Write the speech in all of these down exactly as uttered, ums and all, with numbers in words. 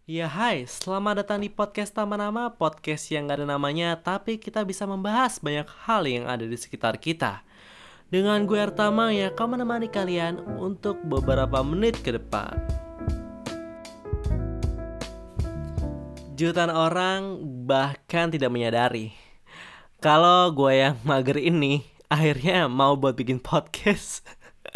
Ya hai, selamat datang di podcast Tanpa Nama, podcast yang gak ada namanya, tapi kita bisa membahas banyak hal yang ada di sekitar kita. Dengan gue Ertama yang akan menemani kalian untuk beberapa menit ke depan. Jutaan orang bahkan tidak menyadari kalau gue yang mager ini akhirnya mau buat bikin podcast.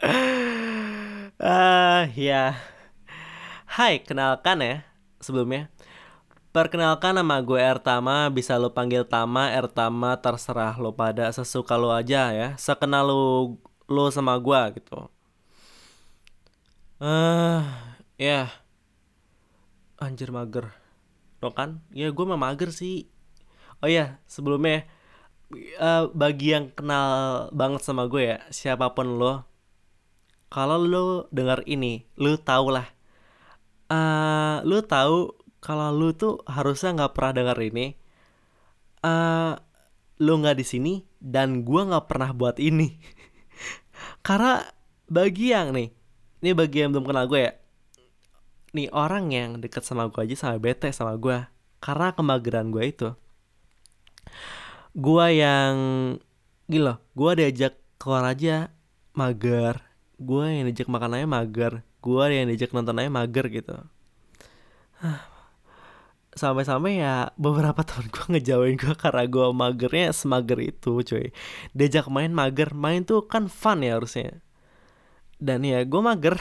Ah ya, hai kenalkan ya sebelumnya. Perkenalkan nama gue Ertama, bisa lo panggil Tama, Ertama, terserah lo pada sesuka lo aja ya. Sekenal lo, lo sama gue gitu. Eh, ya, anjir mager. Lo kan? Ya gue mah mager sih. Oh ya, sebelumnya eh, bagi yang kenal banget sama gue ya, siapapun lo, kalau lo dengar ini, lo tau lah. Eh, lo tahu kalau lo tuh harusnya nggak pernah dengar ini. Eh, lo nggak di sini dan gue nggak pernah buat ini. Karena bagi yang nih, ini bagi yang belum kenal gue ya, nih orang yang deket sama gue aja sampai bete sama gue karena kemageran gue itu. Gue yang gila, gue diajak keluar aja mager, gue yang diajak makan aja mager, gue yang diajak nonton aja mager gitu. Sampai-sampai ya beberapa teman gue ngejauhin gue karena gue magernya semager itu cuy. Diajak main mager, main tuh kan fun ya harusnya. Dan ya gue mager.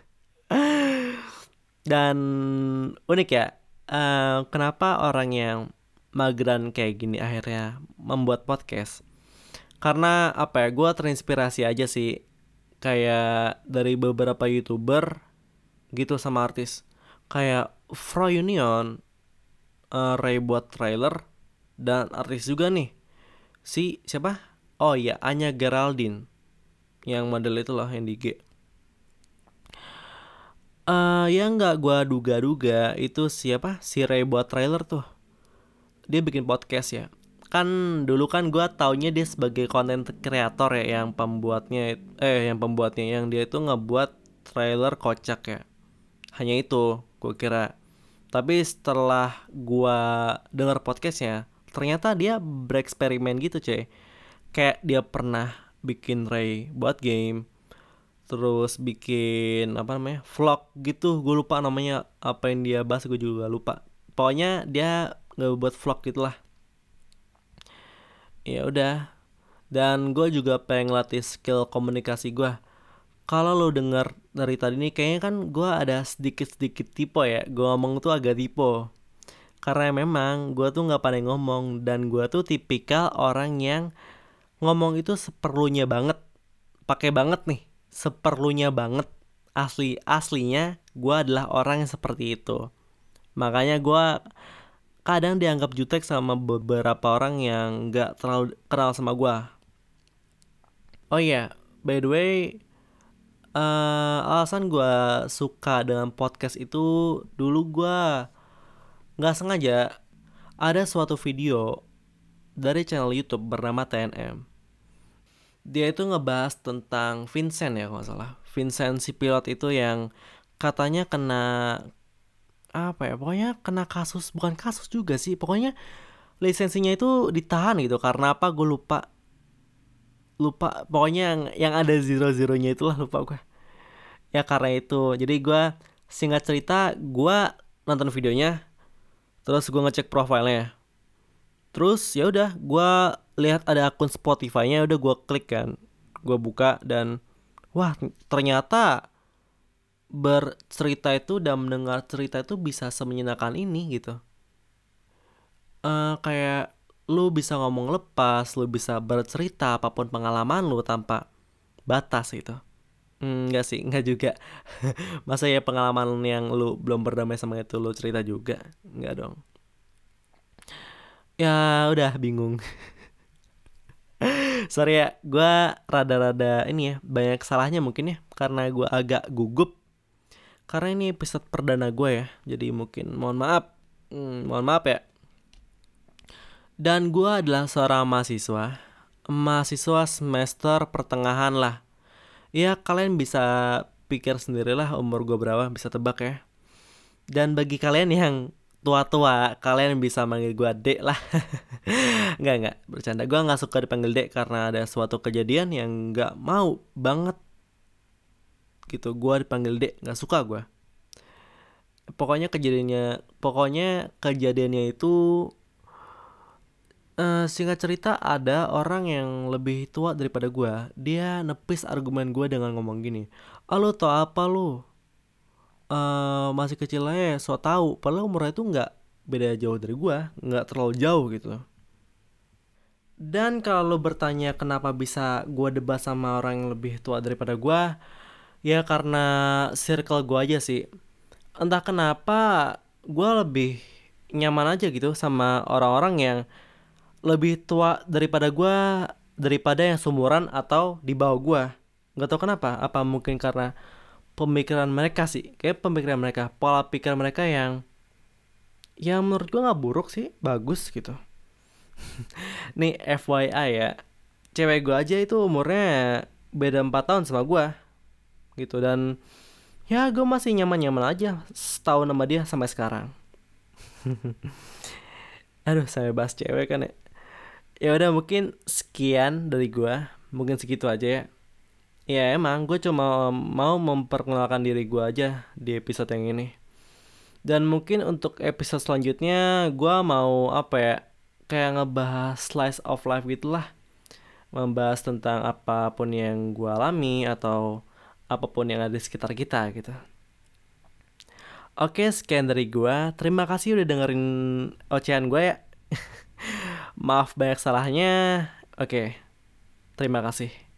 Dan unik ya, eh, kenapa orang yang mageran kayak gini akhirnya membuat podcast. Karena apa ya, gue terinspirasi aja sih. Kayak dari beberapa youtuber gitu sama artis. Kayak Fro Union, eh, Ray buat trailer. Dan artis juga nih, si siapa? Oh iya, Anya Geraldine. Yang model itu loh yang di I G. Eh yang nggak gua duga-duga itu siapa? Si Ray buat trailer tuh. Dia bikin podcast ya. Kan dulu kan gua taunya dia sebagai content creator ya, yang pembuatnya eh yang pembuatnya yang dia itu ngebuat trailer kocak ya. Hanya itu gua kira. Tapi setelah gua denger podcastnya, ternyata dia bereksperimen gitu cuy. Kayak dia pernah bikin Ray buat game, terus bikin apa namanya vlog gitu, gue lupa namanya apa yang dia bahas, gue juga lupa. Pokoknya dia nggak buat vlog gitulah. Ya udah, dan gue juga pengen latih skill komunikasi gue. Kalau lo denger dari tadi nih, kayaknya kan gue ada sedikit sedikit tipe ya, gue ngomong tuh agak tipe. Karena memang gue tuh nggak pandai ngomong, dan gue tuh tipikal orang yang ngomong itu seperlunya banget, pakai banget nih, seperlunya banget. Asli aslinya gue adalah orang yang seperti itu. Makanya gue kadang dianggap jutek sama beberapa orang yang nggak terlalu kenal sama gue. Oh iya, yeah, by the way, uh, alasan gue suka dengan podcast itu, dulu gue nggak sengaja ada suatu video dari channel YouTube bernama T N M. Dia itu ngebahas tentang Vincent ya kalau nggak salah. Vincent si pilot itu yang katanya kena apa ya, pokoknya kena kasus, bukan kasus juga sih, pokoknya lisensinya itu ditahan gitu karena apa gue lupa. Lupa pokoknya yang yang ada zero zeronya itulah, lupa gue. Ya karena itu jadi gue, singkat cerita, gue nonton videonya, terus gue ngecek profilnya, terus ya udah gue lihat ada akun Spotify-nya, udah gue klik kan, gue buka, dan wah ternyata bercerita itu dan mendengar cerita itu bisa semenyenangkan ini gitu. Eh kayak lu bisa ngomong lepas, lu bisa bercerita apapun pengalaman lu tanpa batas gitu. Hmm, enggak sih, enggak juga. Masa ya pengalaman yang lu belum berdamai sama itu lu cerita juga? Enggak dong. Ya udah bingung. Sorry ya, gue rada-rada ini ya, banyak salahnya mungkin ya, karena gue agak gugup. Karena ini episode perdana gue ya, jadi mungkin mohon maaf. Hmm, mohon maaf ya. Dan gue adalah seorang mahasiswa, mahasiswa semester pertengahan lah. Ya kalian bisa pikir sendirilah umur gue berapa, bisa tebak ya. Dan bagi kalian yang tua-tua, kalian bisa manggil gue Dek lah. Nggak, nggak, bercanda. Gue nggak suka dipanggil Dek karena ada suatu kejadian yang nggak mau banget gitu. Gue dipanggil Dek, nggak suka gue. Pokoknya kejadiannya, pokoknya kejadiannya itu eh, singkat cerita ada orang yang lebih tua daripada gue. Dia nepis argumen gue dengan ngomong gini, ah lu tau apa lu? Eh masih kecil aja so tau. Padahal umurnya itu nggak beda jauh dari gue, nggak terlalu jauh gitu. Dan kalau lo bertanya kenapa bisa gue debat sama orang yang lebih tua daripada gue, ya karena circle gue aja sih. Entah kenapa gue lebih nyaman aja gitu sama orang-orang yang lebih tua daripada gue, daripada yang seumuran atau di bawah gue. Gak tau kenapa, apa mungkin karena pemikiran mereka sih. Kayak pemikiran mereka, pola pikir mereka yang yang menurut gue gak buruk sih, bagus gitu. Nih F Y I ya, cewek gue aja itu umurnya beda empat tahun sama gue gitu. Dan ya gue masih nyaman-nyaman aja setahun sama dia sampai sekarang. Aduh, saya bahas cewek kan ya. Ya udah, mungkin sekian dari gue, mungkin segitu aja ya. Ya emang gue cuma mau memperkenalkan diri gue aja di episode yang ini. Dan mungkin untuk episode selanjutnya gue mau apa ya, kayak ngebahas slice of life gitulah, membahas tentang apapun yang gue alami atau apapun yang ada di sekitar kita gitu. Oke, sekian dari gue. Terima kasih udah dengerin ocehan gue ya. Maaf banyak salahnya. Oke, terima kasih.